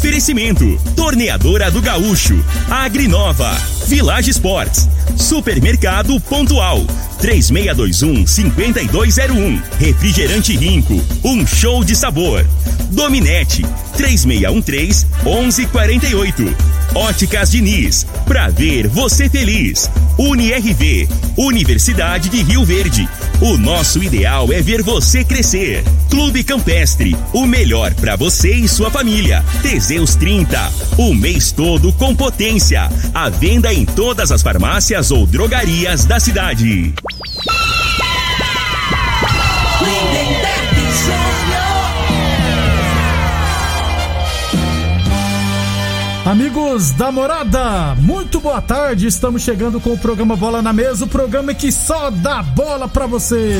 Oferecimento: Torneadora do Gaúcho, Agrinova, Village Sports, Supermercado Pontual, 3621-5201, Refrigerante Rinco, um show de sabor. Dominete, 3613-1148. Óticas Diniz, pra ver você feliz. UniRV, Universidade de Rio Verde. O nosso ideal é ver você crescer. Clube Campestre, o melhor pra você e sua família. Teseus 30, o mês todo com potência. À venda em todas as farmácias ou drogarias da cidade. Amigos da Morada, muito boa tarde. Estamos chegando com o programa Bola na Mesa, o programa que só dá bola pra você.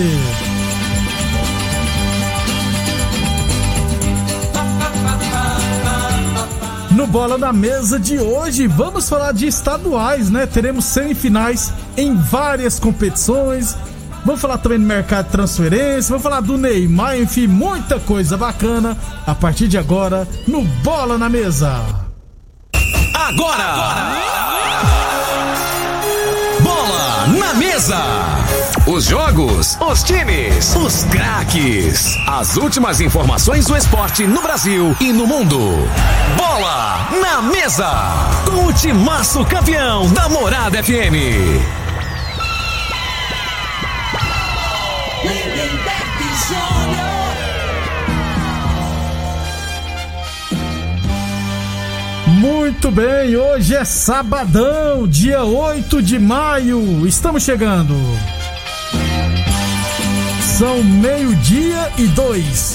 No Bola na Mesa de hoje, vamos falar de estaduais, né? Teremos semifinais em várias competições. Vamos falar também do mercado de transferência, vamos falar do Neymar, enfim, muita coisa bacana a partir de agora no Bola na Mesa. Agora! Bola na Mesa! Os jogos, os times, os craques. As últimas informações do esporte no Brasil e no mundo. Bola na Mesa! Com o timaço campeão da Morada FM. Muito bem, hoje é sabadão, dia 8 de maio, estamos chegando. São 12:02.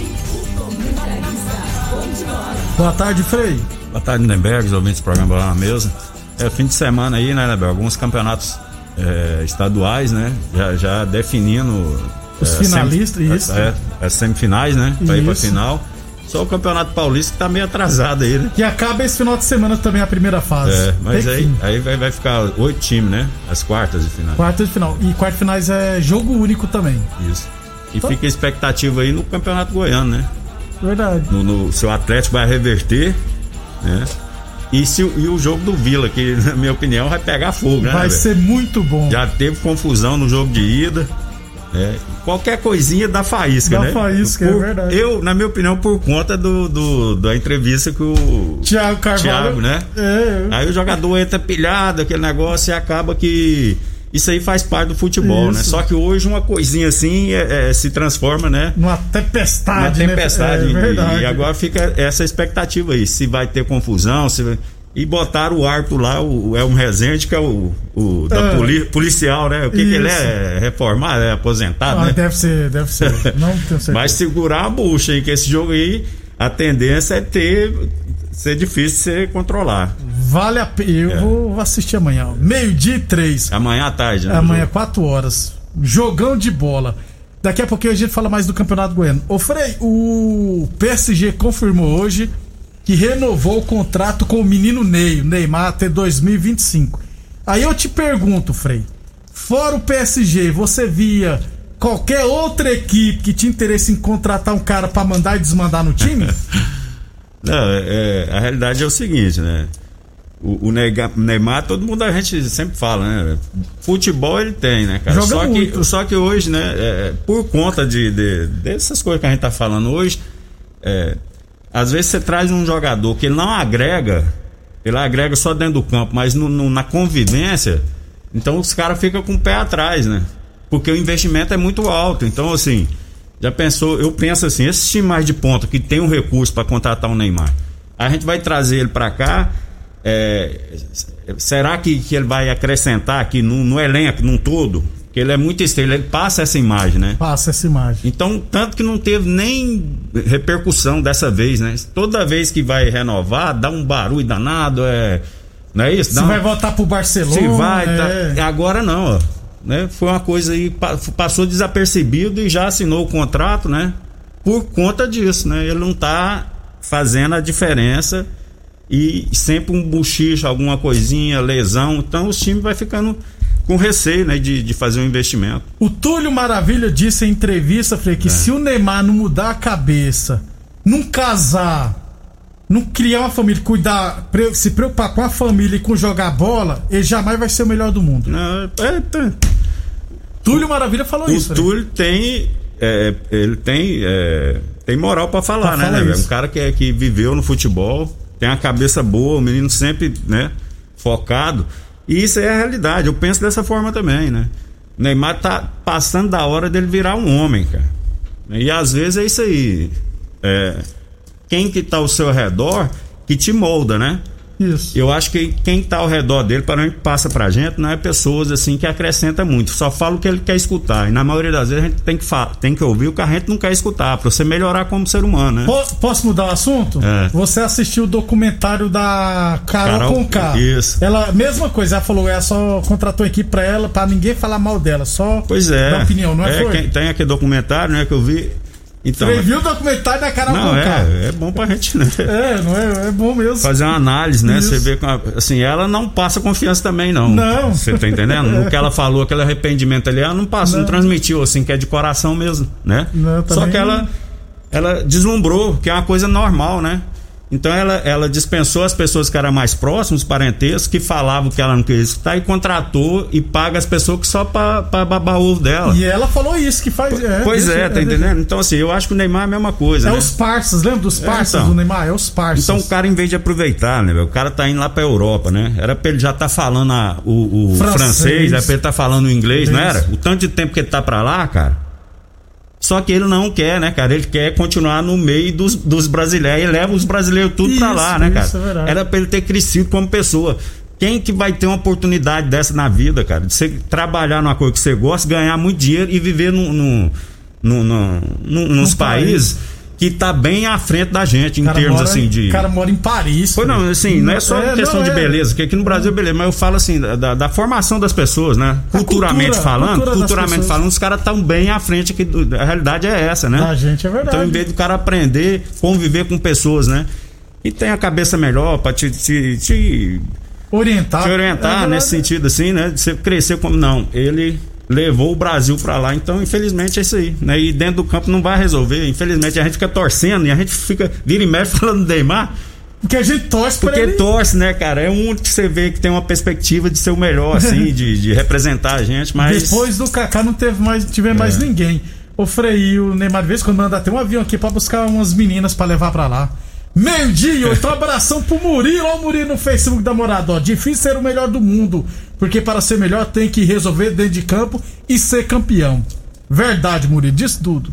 Boa tarde, Frei. Boa tarde, Neberg, os ouvintes do programa Bola na Mesa. É fim de semana aí, né, Neberg? Alguns campeonatos estaduais, né? Já definindo os finalistas, isso. As semifinais, né? Pra ir pra final. Só o Campeonato Paulista que tá meio atrasado aí, né? Que acaba esse final de semana também a primeira fase. Mas aí vai ficar 8 times, né? As quartas de final. Quartas de final. E quartas de finais é jogo único também. Isso. E então, fica a expectativa aí no Campeonato Goiano, né? Verdade. Se o Atlético vai reverter, né? E o jogo do Vila, que na minha opinião vai pegar fogo, né? Vai ser muito bom. Já teve confusão no jogo de ida. Qualquer coisinha dá faísca, né? Dá faísca, é verdade. Eu, na minha opinião, por conta da entrevista com o Thiago Carvalho, né? Aí o jogador entra pilhado, aquele negócio, e acaba que isso aí faz parte do futebol, né? Só que hoje uma coisinha assim se transforma, né? Numa tempestade, né? Verdade. E agora fica essa expectativa aí, se vai ter confusão, E botaram o árbitro lá, o Elmo Rezende, que é o policial, né? O que ele é? Reformado? É aposentado, né? Deve ser. Não tenho certeza. Vai segurar a bucha, hein? Que esse jogo aí, a tendência é ser difícil de você controlar. Vale a pena. Eu vou assistir amanhã. 12:03. Amanhã à tarde, né? Amanhã, 4h. Jogão de bola. Daqui a pouquinho a gente fala mais do Campeonato Goiano. Ô, Frei, o PSG confirmou hoje que renovou o contrato com o menino Neymar até 2025. Aí eu te pergunto, Frei, fora o PSG, você via qualquer outra equipe que tinha interesse em contratar um cara pra mandar e desmandar no time? Não, a realidade é o seguinte, né? O Neymar, todo mundo, a gente sempre fala, né? Futebol ele tem, né, cara? Só que hoje, né, por conta dessas coisas que a gente tá falando hoje, às vezes você traz um jogador que ele não agrega, ele agrega só dentro do campo, mas na convivência, então os caras ficam com o pé atrás, né? Porque o investimento é muito alto. Então, assim, já pensou, eu penso assim, esse time mais de ponta que tem um recurso para contratar um Neymar, a gente vai trazer ele para cá, será que ele vai acrescentar aqui no elenco, num todo? Porque ele é muito estrela, ele passa essa imagem, né? Passa essa imagem. Então, tanto que não teve nem repercussão dessa vez, né? Toda vez que vai renovar, dá um barulho danado, não é isso? Se vai voltar pro Barcelona. Se vai, agora não, ó. Né? Foi uma coisa aí, passou desapercebido e já assinou o contrato, né? Por conta disso, né? Ele não tá fazendo a diferença e sempre um buchicho, alguma coisinha, lesão, então os times vai ficando com receio, né, de fazer um investimento. O Túlio Maravilha disse em entrevista, Frei, que se o Neymar não mudar a cabeça, não casar não criar uma família, cuidar, se preocupar com a família e com jogar bola, ele jamais vai ser o melhor do mundo. Não, Túlio Maravilha falou isso. O Túlio tem moral pra falar, né? Um cara que viveu no futebol, tem a cabeça boa, o menino sempre, né, focado. E isso é a realidade. Eu penso dessa forma também, né? O Neymar tá passando da hora dele virar um homem, cara. E às vezes é isso aí. Quem que tá ao seu redor que te molda, né? Isso. Eu acho que quem tá ao redor dele, para mim, passa pra gente, não é pessoas assim que acrescenta muito, só fala o que ele quer escutar. E na maioria das vezes a gente tem que ouvir o que a gente não quer escutar, pra você melhorar como ser humano, né? Posso mudar o assunto? Você assistiu o documentário da Carol Conká. Isso. Ela, mesma coisa, ela falou, ela só contratou a equipe pra ela, pra ninguém falar mal dela, só dar opinião, não é? Tem aquele documentário, né, que eu vi. Então, você viu o documentário da Carol Conká? É bom pra gente, né? É bom mesmo. Fazer uma análise, né? Você vê assim, ela não passa confiança também, não. Não. Você tá entendendo? No que ela falou, aquele arrependimento ali, ela não transmitiu, assim, que é de coração mesmo, né? Não, só que ela deslumbrou, que é uma coisa normal, né? Então ela dispensou as pessoas que eram mais próximas, os parentescos, que falavam que ela não queria escutar, e contratou e paga as pessoas que só pra babar o ovo dela. E ela falou isso, que faz. Tá entendendo? Então, assim, eu acho que o Neymar é a mesma coisa. Os parças, lembra dos parças do Neymar? É os parças. Então o cara, em vez de aproveitar, né, o cara tá indo lá pra Europa, né? Era pra ele já tá falando o francês, era pra ele tá falando o inglês, não era? O tanto de tempo que ele tá pra lá, cara. Só que ele não quer, né, cara? Ele quer continuar no meio dos brasileiros. Ele leva os brasileiros tudo pra lá, né, cara? Era pra ele ter crescido como pessoa. Quem que vai ter uma oportunidade dessa na vida, cara? De você trabalhar numa coisa que você gosta, ganhar muito dinheiro e viver nos países que tá bem à frente da gente, em termos assim de... O cara mora em Paris. Pois não, assim, não é só questão de beleza, porque aqui no Brasil é beleza, mas eu falo assim, da formação das pessoas, né? Culturalmente falando, os caras estão bem à frente aqui, a realidade é essa, né? A gente é verdade. Então, em vez do cara aprender, conviver com pessoas, né? E tem a cabeça melhor pra te orientar nesse sentido, assim, né? De você crescer como... Não, ele... levou o Brasil pra lá, então infelizmente é isso aí, né? E dentro do campo não vai resolver, infelizmente a gente fica torcendo e a gente fica vira e mexe falando do Neymar, porque a gente torce pra ele. Porque torce, né, cara? É um que você vê que tem uma perspectiva de ser o melhor, assim, de representar a gente, mas... Depois do Kaká não tive mais ninguém. O Frei, o Neymar, de vez quando manda até um avião aqui pra buscar umas meninas pra levar pra lá. Meio-dia, outro abração pro Murilo. Olha o Murilo no Facebook da Morada, ó. Difícil ser o melhor do mundo, porque para ser melhor tem que resolver dentro de campo e ser campeão. Verdade, Murilo, diz tudo.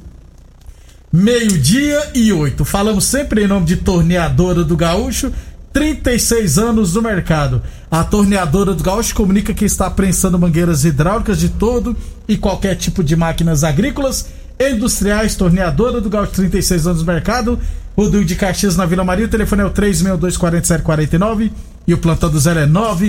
12:08. Falamos sempre em nome de Torneadora do Gaúcho, 36 anos no mercado. A Torneadora do Gaúcho comunica que está prensando mangueiras hidráulicas de todo e qualquer tipo de máquinas agrícolas, industriais. Torneadora do Gaúcho, 36 anos no mercado. Rodrigo de Caxias, na Vila Maria. O telefone é o 362-4749 e o plantão do 0 é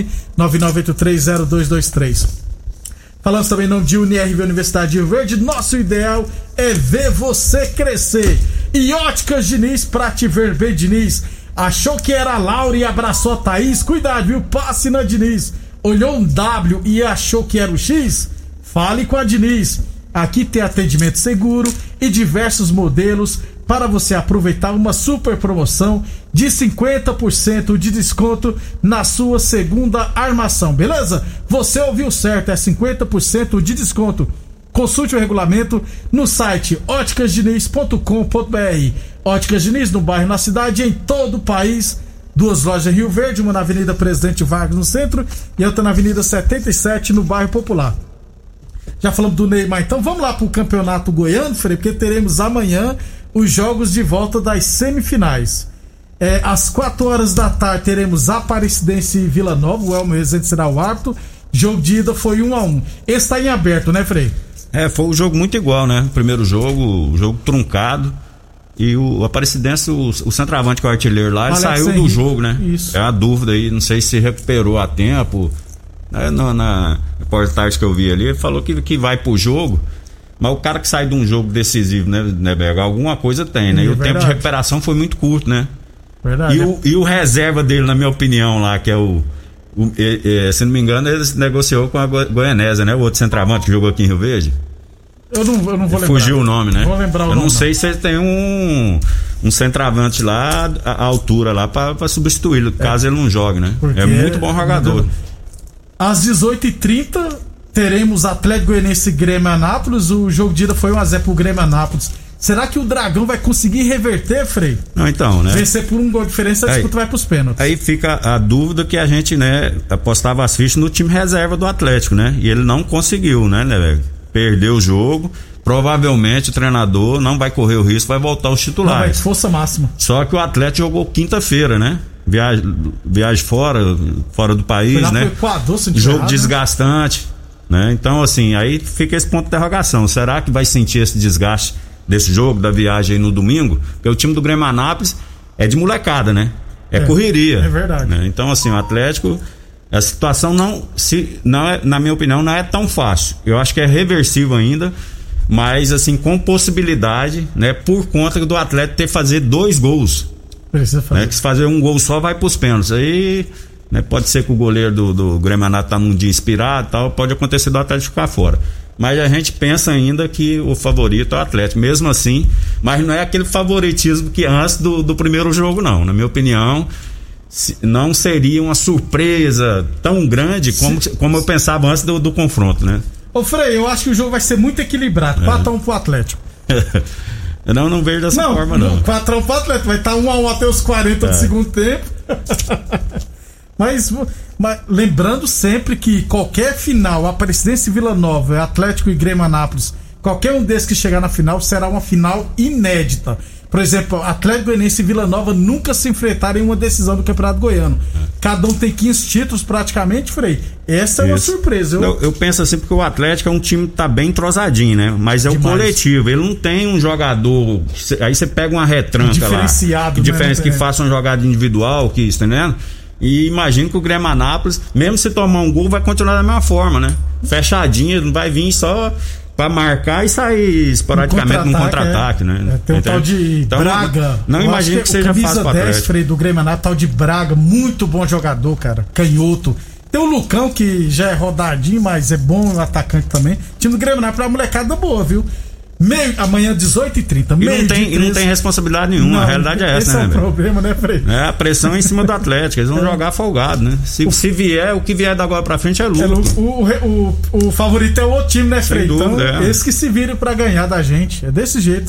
999830223. Falamos também em nome de UniRV Universidade de Rio Verde. Nosso ideal é ver você crescer. E Óticas Diniz, pra te ver bem, Diniz. Achou que era a Laura e abraçou a Thaís? Cuidado, viu? Passe na Diniz. Olhou um W e achou que era o X? Fale com a Diniz. Aqui tem atendimento seguro e diversos modelos para você aproveitar uma super promoção de 50% de desconto na sua segunda armação, beleza? Você ouviu certo, é 50% de desconto. Consulte o regulamento no site óticasdiniz.com.br. Óticas Diniz, no bairro, na cidade e em todo o país. 2 lojas em Rio Verde, uma na Avenida Presidente Vargas no centro e outra na Avenida 77 no bairro Popular. Já falamos do Neymar, então vamos lá pro Campeonato Goiano, Frei, porque teremos amanhã os jogos de volta das semifinais. Às 4 horas da tarde teremos Aparecidense e Vila Nova. O Elmo Rezende será o árbitro. Jogo de ida foi 1-1. Esse tá em aberto, né, Frei? Foi um jogo muito igual, né? O primeiro jogo, o jogo truncado. E o Aparecidense, o centroavante que é o artilheiro lá, ele saiu do jogo, né? Isso. É a dúvida aí, não sei se recuperou a tempo. Na reportagem que eu vi ali, ele falou que vai pro jogo. Mas o cara que sai de um jogo decisivo, né, Berga? Alguma coisa tem, né? E o tempo de recuperação foi muito curto, né? Verdade. E o reserva dele, na minha opinião, lá, que é se não me engano, ele negociou com a Goianésia, né? O outro centroavante que jogou aqui em Rio Verde. Eu não vou lembrar. Fugiu o nome, né? Vou lembrar o nome. Eu não sei se ele tem um centroavante lá, a altura lá, pra substituí-lo, caso ele não jogue, né? Porque é muito bom jogador. Às 18h30 teremos Atlético Goianiense e Grêmio Anápolis. O jogo de ida foi 1-0 pro Grêmio Anápolis. Será que o Dragão vai conseguir reverter, Frei? Não, então, né? Vencer por um gol de diferença, a disputa vai pros pênaltis. Aí fica a dúvida que a gente, né, apostava as fichas no time reserva do Atlético, né? E ele não conseguiu, né, velho? Perdeu o jogo. Provavelmente o treinador não vai correr o risco, vai voltar aos titulares. Não, vai força máxima. Só que o Atlético jogou quinta-feira, né? Viagem fora do país, né? Equador, jogo errado, desgastante, né? Então, assim, aí fica esse ponto de interrogação. Será que vai sentir esse desgaste desse jogo, da viagem aí no domingo? Porque o time do Grêmio Anápolis é de molecada, né? É correria. É verdade. Né? Então, assim, o Atlético, a situação não é, na minha opinião, não é tão fácil. Eu acho que é reversível ainda, mas assim, com possibilidade, né? Por conta do Atlético ter que fazer 2 gols. Precisa fazer. Né, que se fazer um gol só vai pros pênaltis. Aí, né, pode ser que o goleiro do Grêmio Anápolis tá num dia inspirado e tal, pode acontecer do Atlético ficar fora. Mas a gente pensa ainda que o favorito é o Atlético, mesmo assim, mas não é aquele favoritismo que antes do primeiro jogo, não. Na minha opinião, não seria uma surpresa tão grande como eu pensava antes do confronto, né? Ô Frei, eu acho que o jogo vai ser muito equilibrado. 4-1 pro Atlético. Eu não vejo dessa forma, não. 4-1 pro Atlético. Vai estar 1-1 até os 40 do segundo tempo. Mas lembrando sempre que qualquer final, Aparecidense e Vila Nova, Atlético e Grêmio Anápolis, qualquer um desses que chegar na final será uma final inédita. Por exemplo, Atlético Goianiense e Vila Nova nunca se enfrentaram em uma decisão do Campeonato Goiano. Cada um tem 15 títulos praticamente, Frei. Essa é uma surpresa. Eu penso assim, porque o Atlético é um time que tá bem entrosadinho, né? Mas é o coletivo. Ele não tem um jogador. Aí você pega uma retranca diferenciado, lá. Que faça uma jogada individual, tá entendendo? E imagino que o Grêmio Anápolis, mesmo se tomar um gol, vai continuar da mesma forma, né? Fechadinho, não vai vir só pra marcar e sair esporadicamente num contra-ataque, né? Tem um tal de Braga. Não imagino que seja fácil pra Atlético. 10, Frei, do Grêmio Anápolis, tal de Braga, muito bom jogador, cara. Canhoto. Tem o Lucão, que já é rodadinho, mas é bom atacante também. O time do Grêmio Anápolis é uma molecada boa, viu? Amanhã 18h30. E não tem responsabilidade nenhuma, a realidade é essa, esse né? Esse é o problema, né, Frei? A pressão é em cima do Atlético, eles vão jogar folgado, né? Se vier, o que vier da agora pra frente é lucro. O favorito é o outro time, né, Frei? Sem dúvida, então, esse que se vire pra ganhar da gente, é desse jeito.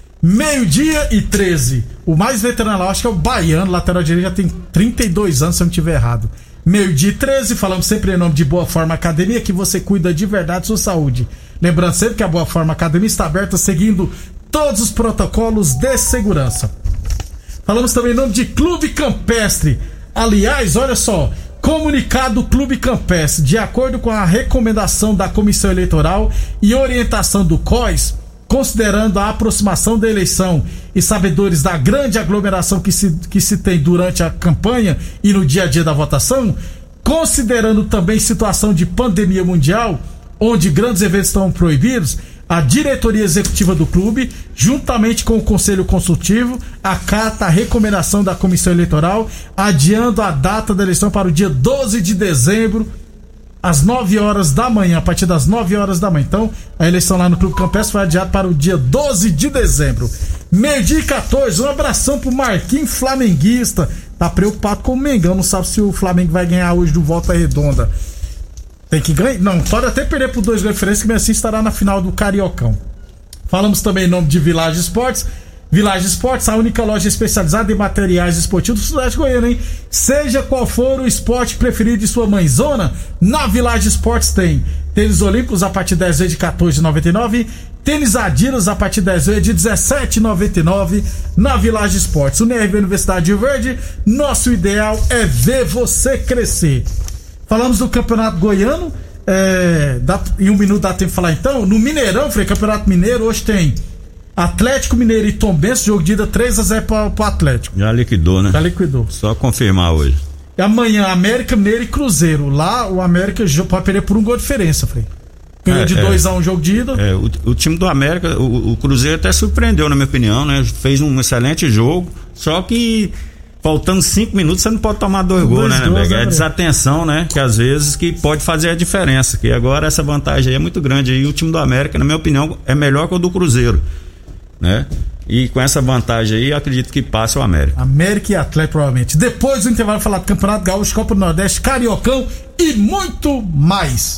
12h13. O mais veterano lá, acho que é o Baiano, lateral direito, já tem 32 anos, se eu não estiver errado. 12h13, falamos sempre em nome de Boa Forma Academia, que você cuida de verdade sua saúde. Lembrando sempre que a Boa Forma Academia está aberta seguindo todos os protocolos de segurança. Falamos também em nome de Clube Campestre. Aliás, olha só, comunicado Clube Campestre, de acordo com a recomendação da Comissão Eleitoral e orientação do COIS, considerando a aproximação da eleição e sabedores da grande aglomeração que se tem durante a campanha e no dia a dia da votação, considerando também situação de pandemia mundial, onde grandes eventos estão proibidos, a diretoria executiva do clube, juntamente com o conselho consultivo, acata a recomendação da comissão eleitoral, adiando a data da eleição para o dia 12 de dezembro, às 9 horas da manhã, a partir das 9 horas da manhã. Então, a eleição lá no Clube Campestre foi adiada para o dia 12 de dezembro. 12h14, um abração pro Marquinhos flamenguista, tá preocupado com o Mengão, não sabe se o Flamengo vai ganhar hoje do Volta Redonda. Tem que ganhar, não, pode até perder por 2 gols de diferença, que mesmo assim estará na final do Cariocão. Falamos também em nome de Village Esportes. Village Esportes, a única loja especializada em materiais esportivos do Sudeste Goiano, hein? Seja qual for o esporte preferido de sua mãezona, na Village Esportes tem tênis olímpicos a partir de 10 vezes de R$14,99, tênis Adidas a partir de 10 vezes de R$17,99 na Village Esportes. UniRV Universidade de Rio Verde, nosso ideal é ver você crescer. Falamos do Campeonato Goiano, em um minuto dá tempo de falar então. No Mineirão, Frei, Campeonato Mineiro, hoje tem Atlético Mineiro e Tombense, jogo de ida 3-0 pro Atlético. Já liquidou, né? Já liquidou. Só confirmar hoje. E amanhã, América Mineiro e Cruzeiro. Lá, o América pode perder por um gol de diferença, Frei. Ganhou de 2-1 o jogo de ida. O time do América, o Cruzeiro até surpreendeu, na minha opinião, né? Fez um excelente jogo, só que faltando 5 minutos, você não pode tomar 2 gols, né, Bega? É desatenção, né? Que às vezes que pode fazer a diferença. Que agora essa vantagem aí é muito grande. E o time do América, na minha opinião, é melhor que o do Cruzeiro, né? E com essa vantagem aí, eu acredito que passe o América. América e Atlético, provavelmente. Depois do intervalo, falar do Campeonato Gaúcho, Copa do Nordeste, Cariocão e muito mais.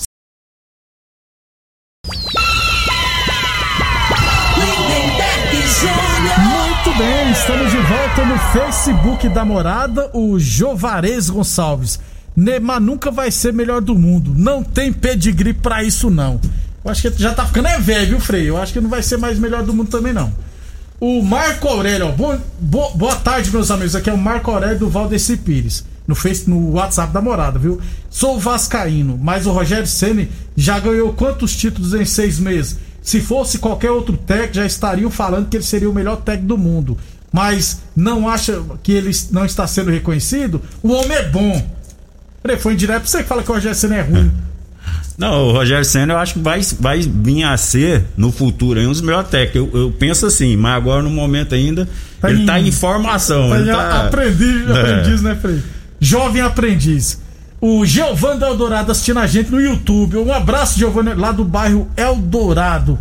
Muito bem, estamos de volta no Facebook da Morada. O Jovarez Gonçalves. Neymar nunca vai ser melhor do mundo. Não tem pedigree pra isso, não. Eu acho que já tá ficando velho, viu, Frei? Eu acho que não vai ser mais melhor do mundo também, não. O Marco Aurélio, ó, boa tarde, meus amigos. Aqui é o Marco Aurélio do Valdeci Pires, no WhatsApp da Morada, viu? Sou vascaíno, mas o Rogério Ceni já ganhou quantos títulos em 6 meses? Se fosse qualquer outro técnico, já estariam falando que ele seria o melhor técnico do mundo. Mas não acha que ele não está sendo reconhecido? O homem é bom. Foi indireto pra você que fala que o Rogério Ceni é ruim. Não, o Rogério Ceni eu acho que vai vir a ser no futuro um dos melhores técnicos. Eu penso assim, mas agora no momento ainda ele tá em formação. Aprendiz, né, Frei? Jovem aprendiz. O Giovanni Eldorado assistindo a gente no YouTube. Um abraço, Giovanni, lá do bairro Eldorado.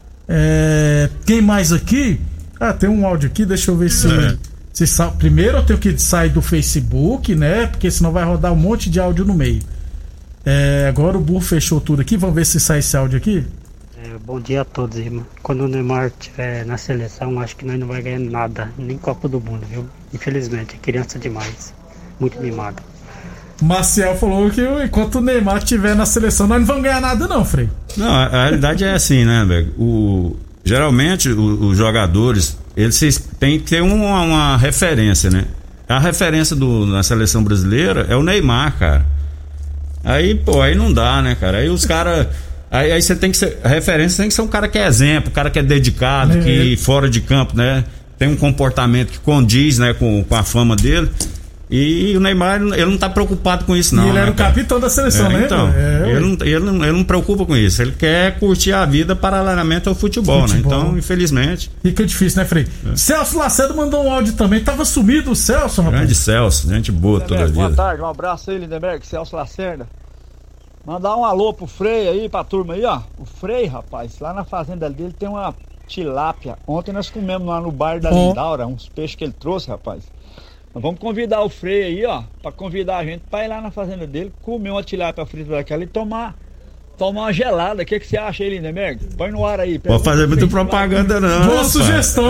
Quem mais aqui? Tem um áudio aqui, deixa eu ver se primeiro eu tenho que sair do Facebook, né? Porque senão vai rodar um monte de áudio no meio. Agora o burro fechou tudo aqui. Vamos ver se sai esse áudio aqui. Bom dia a todos, irmão. Quando o Neymar estiver na seleção, acho que nós não vai ganhar nada, nem Copa do Mundo, viu? Infelizmente, é criança demais. Muito mimado. Maciel falou que enquanto o Neymar estiver na seleção, nós não vamos ganhar nada, não, Frei. Não, a realidade é assim, né, velho? Geralmente os jogadores, eles têm que ter uma referência, né? A referência na seleção brasileira é o Neymar, cara. Aí não dá, né, cara? Aí os caras. Aí você tem que ser. A referência tem que ser um cara que é exemplo, um cara que é dedicado, que fora de campo, né? Tem um comportamento que condiz, né, com a fama dele. E o Neymar, ele não tá preocupado com isso, não. E ele era o capitão da seleção, né? Então, ele não preocupa com isso. Ele quer curtir a vida paralelamente ao futebol, né? Então, infelizmente. Fica difícil, né, Frei? Celso Lacerda mandou um áudio também. Tava sumido o Celso, rapaz. Grande Celso, gente boa toda a vida. Boa tarde, um abraço aí, Lindenberg, Celso Lacerda. Mandar um alô pro Frei aí, pra turma aí, ó. O Frei, rapaz, lá na fazenda dele tem uma tilápia. Ontem nós comemos lá no bar da Lindaura, uns peixes que ele trouxe, rapaz. Nós vamos convidar o Frei aí, ó, pra convidar a gente pra ir lá na fazenda dele, comer uma tilápia frita daquela e tomar uma gelada. O que você acha aí, Lindenberg? Põe no ar aí. Vou fazer muita propaganda, não. Boa sugestão.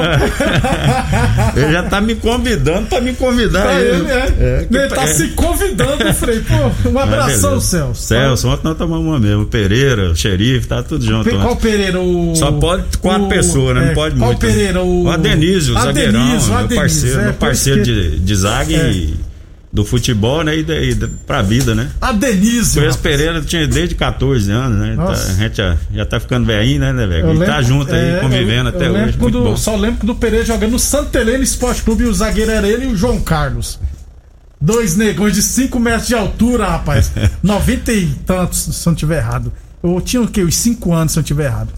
Ele já tá me convidando pra me convidar. Ele tá se convidando, Frei. Pô, um abração, Celso. Celso, ontem nós tomamos uma mesmo. O Pereira, o xerife, tá tudo junto. Qual Pereira? Só pode 4 pessoas, né? Não pode muito. Qual Pereira? O Adenísio, o zagueirão, meu parceiro de zague do futebol, né? E pra vida, né? Adenísio. Conheço Pereira tinha desde 14 anos, né? A gente já tá ficando velhinho, né, velho? E tá junto aí, convivendo até hoje. Só lembro do Pereira jogando no Santa Helena Esporte Clube e o zagueiro era ele e o João Carlos. 2 negões de 5 metros de altura, rapaz. 90 e tantos, se eu não tiver errado. Eu tinha o quê? Uns 5 anos, se eu não tiver errado.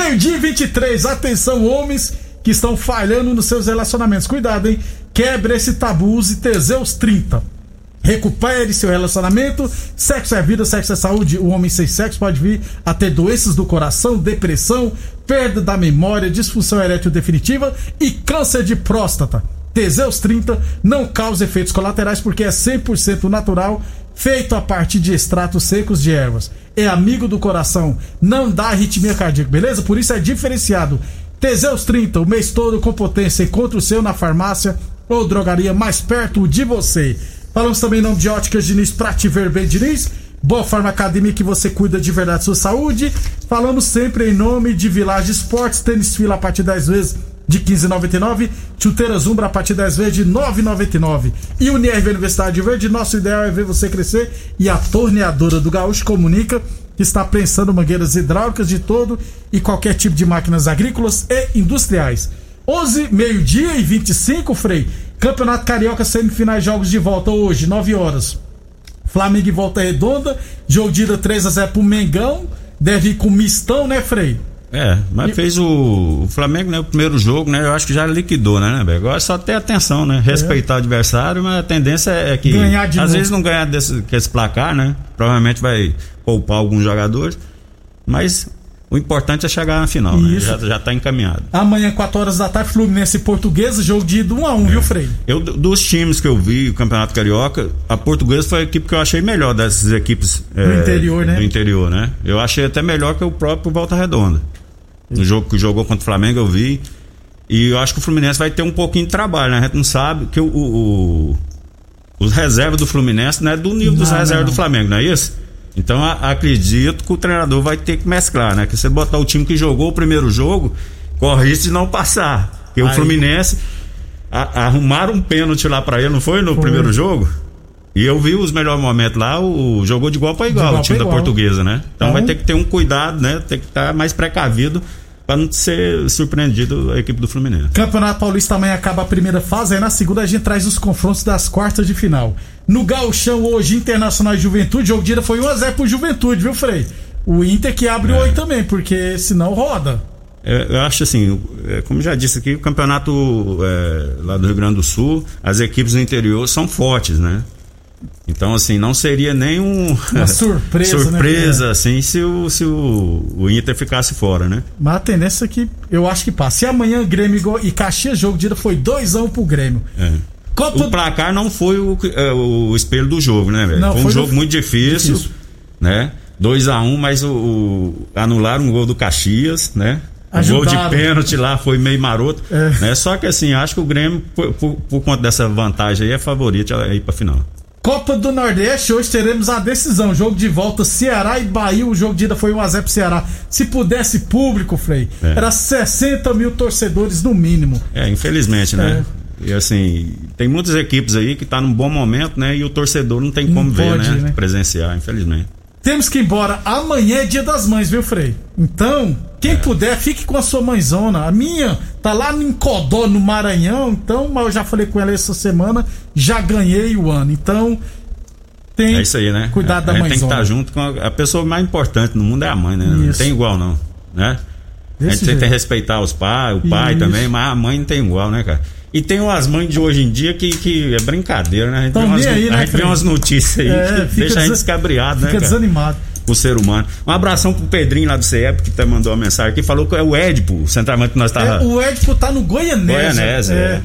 12:23, atenção, homens que estão falhando nos seus relacionamentos. Cuidado, hein? Quebre esse tabu, use Teseus 30. Recupere seu relacionamento. Sexo é vida, sexo é saúde. O homem sem sexo pode vir a ter doenças do coração, depressão, perda da memória, disfunção erétil definitiva e câncer de próstata. Teseus 30 não causa efeitos colaterais porque é 100% natural, feito a partir de extratos secos de ervas. É amigo do coração, não dá arritmia cardíaca, beleza? Por isso é diferenciado. Teseus 30, o mês todo com potência. Encontre o seu na farmácia ou drogaria mais perto de você. Falamos também em nome de Óticas Diniz, pra te ver bem, Diniz. Boa Forma Academia, que você cuida de verdade da sua saúde. Falamos sempre em nome de Village Esportes, tênis fila a partir 10 vezes de R$15,99, chuteiras Umbra a partir 10 vezes de R$9,99. E Unirv Universidade de Verde, nosso ideal é ver você crescer. E a Torneadora do Gaúcho comunica que está prensando mangueiras hidráulicas de todo e qualquer tipo de máquinas agrícolas e industriais. 11, meio-dia e 25, Frei. Campeonato Carioca, semifinais, jogos de volta hoje, 9 horas. Flamengo e Volta Redonda, jogo de ida 3-0 pro Mengão. Deve ir com mistão, né, Frei? Mas fez o Flamengo, né? O primeiro jogo, né? Eu acho que já liquidou, né, Agora é só ter atenção, né? Respeitar o adversário, mas a tendência é que às vezes não ganhar desse placar, né? Provavelmente vai poupar alguns jogadores. Mas O importante é chegar na final, né? Já tá encaminhado. Amanhã, 4 horas da tarde, Fluminense e Portuguesa, jogo de 1-1, viu, Frei? Dos times que eu vi, o Campeonato Carioca, a Portuguesa foi a equipe que eu achei melhor dessas equipes do interior, né? Do interior, né? Eu achei até melhor que o próprio Volta Redonda. No jogo que jogou contra o Flamengo, eu vi. E eu acho que o Fluminense vai ter um pouquinho de trabalho, né? A gente não sabe que os reservas do Fluminense não é do nível dos reservas do Flamengo, não é isso? Então acredito que o treinador vai ter que mesclar, né? Que você botar o time que jogou o primeiro jogo, corre risco de não passar. Porque o Fluminense arrumaram um pênalti lá pra ele, não foi? No primeiro jogo? E eu vi os melhores momentos lá, jogou de igual pra igual, o time da Portuguesa, né? Então vai ter que ter um cuidado, né? Tem que estar mais precavido para não ser surpreendido a equipe do Fluminense. Campeonato Paulista amanhã acaba a primeira fase, aí na segunda a gente traz os confrontos das quartas de final. No Gauchão hoje, Internacional e Juventude, jogo de ida foi 1-0 pro Juventude, viu, Frei? O Inter que abre o olho também, porque senão roda. Eu acho assim, como já disse aqui, o campeonato lá do Rio Grande do Sul, as equipes do interior são fortes, né? Então, assim, não seria nem uma surpresa, né? Assim, se o Inter ficasse fora, né? Mas a tendência é que eu acho que passa. E amanhã, Grêmio e Caxias, jogo de ida foi 2-1 pro Grêmio. O placar não foi o espelho do jogo, né, velho? Foi um jogo muito difícil, né? 2-1, mas anularam um gol do Caxias, né? O gol de pênalti lá foi meio maroto, né? Só que assim, acho que o Grêmio, por conta dessa vantagem aí, é favorito a ir pra final. Copa do Nordeste, hoje teremos a decisão, jogo de volta, Ceará e Bahia, o jogo de ida foi 1-0 pro Ceará. Se pudesse público, Frei, era 60 mil torcedores no mínimo. Infelizmente, né? E assim, tem muitas equipes aí que tá num bom momento, né? E o torcedor não tem como ver, né? Presenciar, infelizmente. Temos que ir embora. Amanhã é Dia das Mães, viu, Frei? Então, quem puder, fique com a sua mãezona. A minha tá lá em Codó, no Maranhão. Então, mas eu já falei com ela essa semana, já ganhei o ano. Então, tem isso aí, né? Cuidado da mãezona. Tem que estar junto com a pessoa mais importante no mundo é a mãe, né? Isso. Não tem igual, não, né? A gente tem que respeitar os pais, o pai também, mas a mãe não tem igual, né, cara? E tem umas mães de hoje em dia que é brincadeira, né? A gente vê umas notícias aí que deixa a gente escabriado, né, cara? Fica desanimado. O ser humano. Um abração pro Pedrinho lá do CEP, que até mandou uma mensagem aqui, falou que é o Edipo, o centroavante que nós tava... o Edipo tá no Goianésia.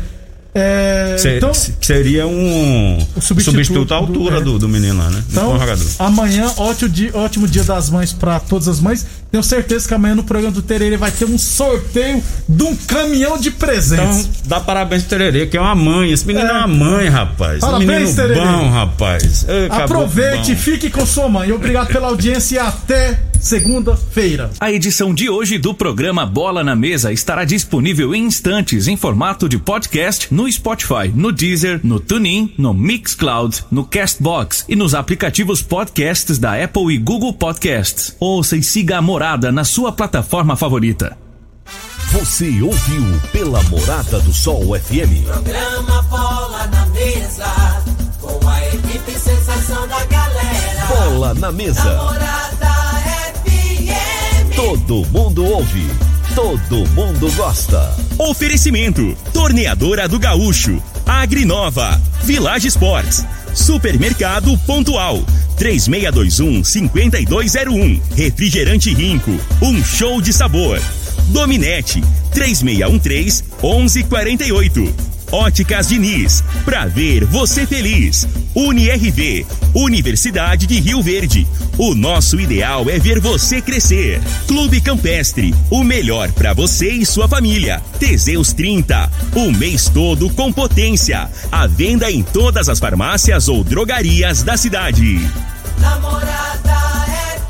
Então, seria um substituto à altura do menino lá, né? Então, amanhã, ótimo dia das mães pra todas as mães. Tenho certeza que amanhã no programa do Tererê vai ter um sorteio de um caminhão de presentes. Então, dá parabéns pro Tererê, que é uma mãe. Esse menino é uma mãe, rapaz. Parabéns, Tererê. Bom, rapaz. Aproveite, fique com sua mãe. Obrigado pela audiência e até segunda-feira. A edição de hoje do programa Bola na Mesa estará disponível em instantes em formato de podcast no Spotify, no Deezer, no TuneIn, no Mixcloud, no Castbox e nos aplicativos podcasts da Apple e Google Podcasts. Ouça e siga a Morada na sua plataforma favorita. Você ouviu pela Morada do Sol FM. Programa Bola na Mesa, com a equipe sensação da galera. Bola na Mesa. Morada FM. Todo mundo ouve, todo mundo gosta. Oferecimento: Torneadora do Gaúcho, Agrinova, Village Sports, Supermercado Pontual, 3621-5201, Refrigerante Rinco, um show de sabor. Dominete, 3613-1148. Óticas Diniz, pra ver você feliz. UniRV, Universidade de Rio Verde. O nosso ideal é ver você crescer. Clube Campestre, o melhor pra você e sua família. Teseus 30, o mês todo com potência. À venda em todas as farmácias ou drogarias da cidade. Namorada.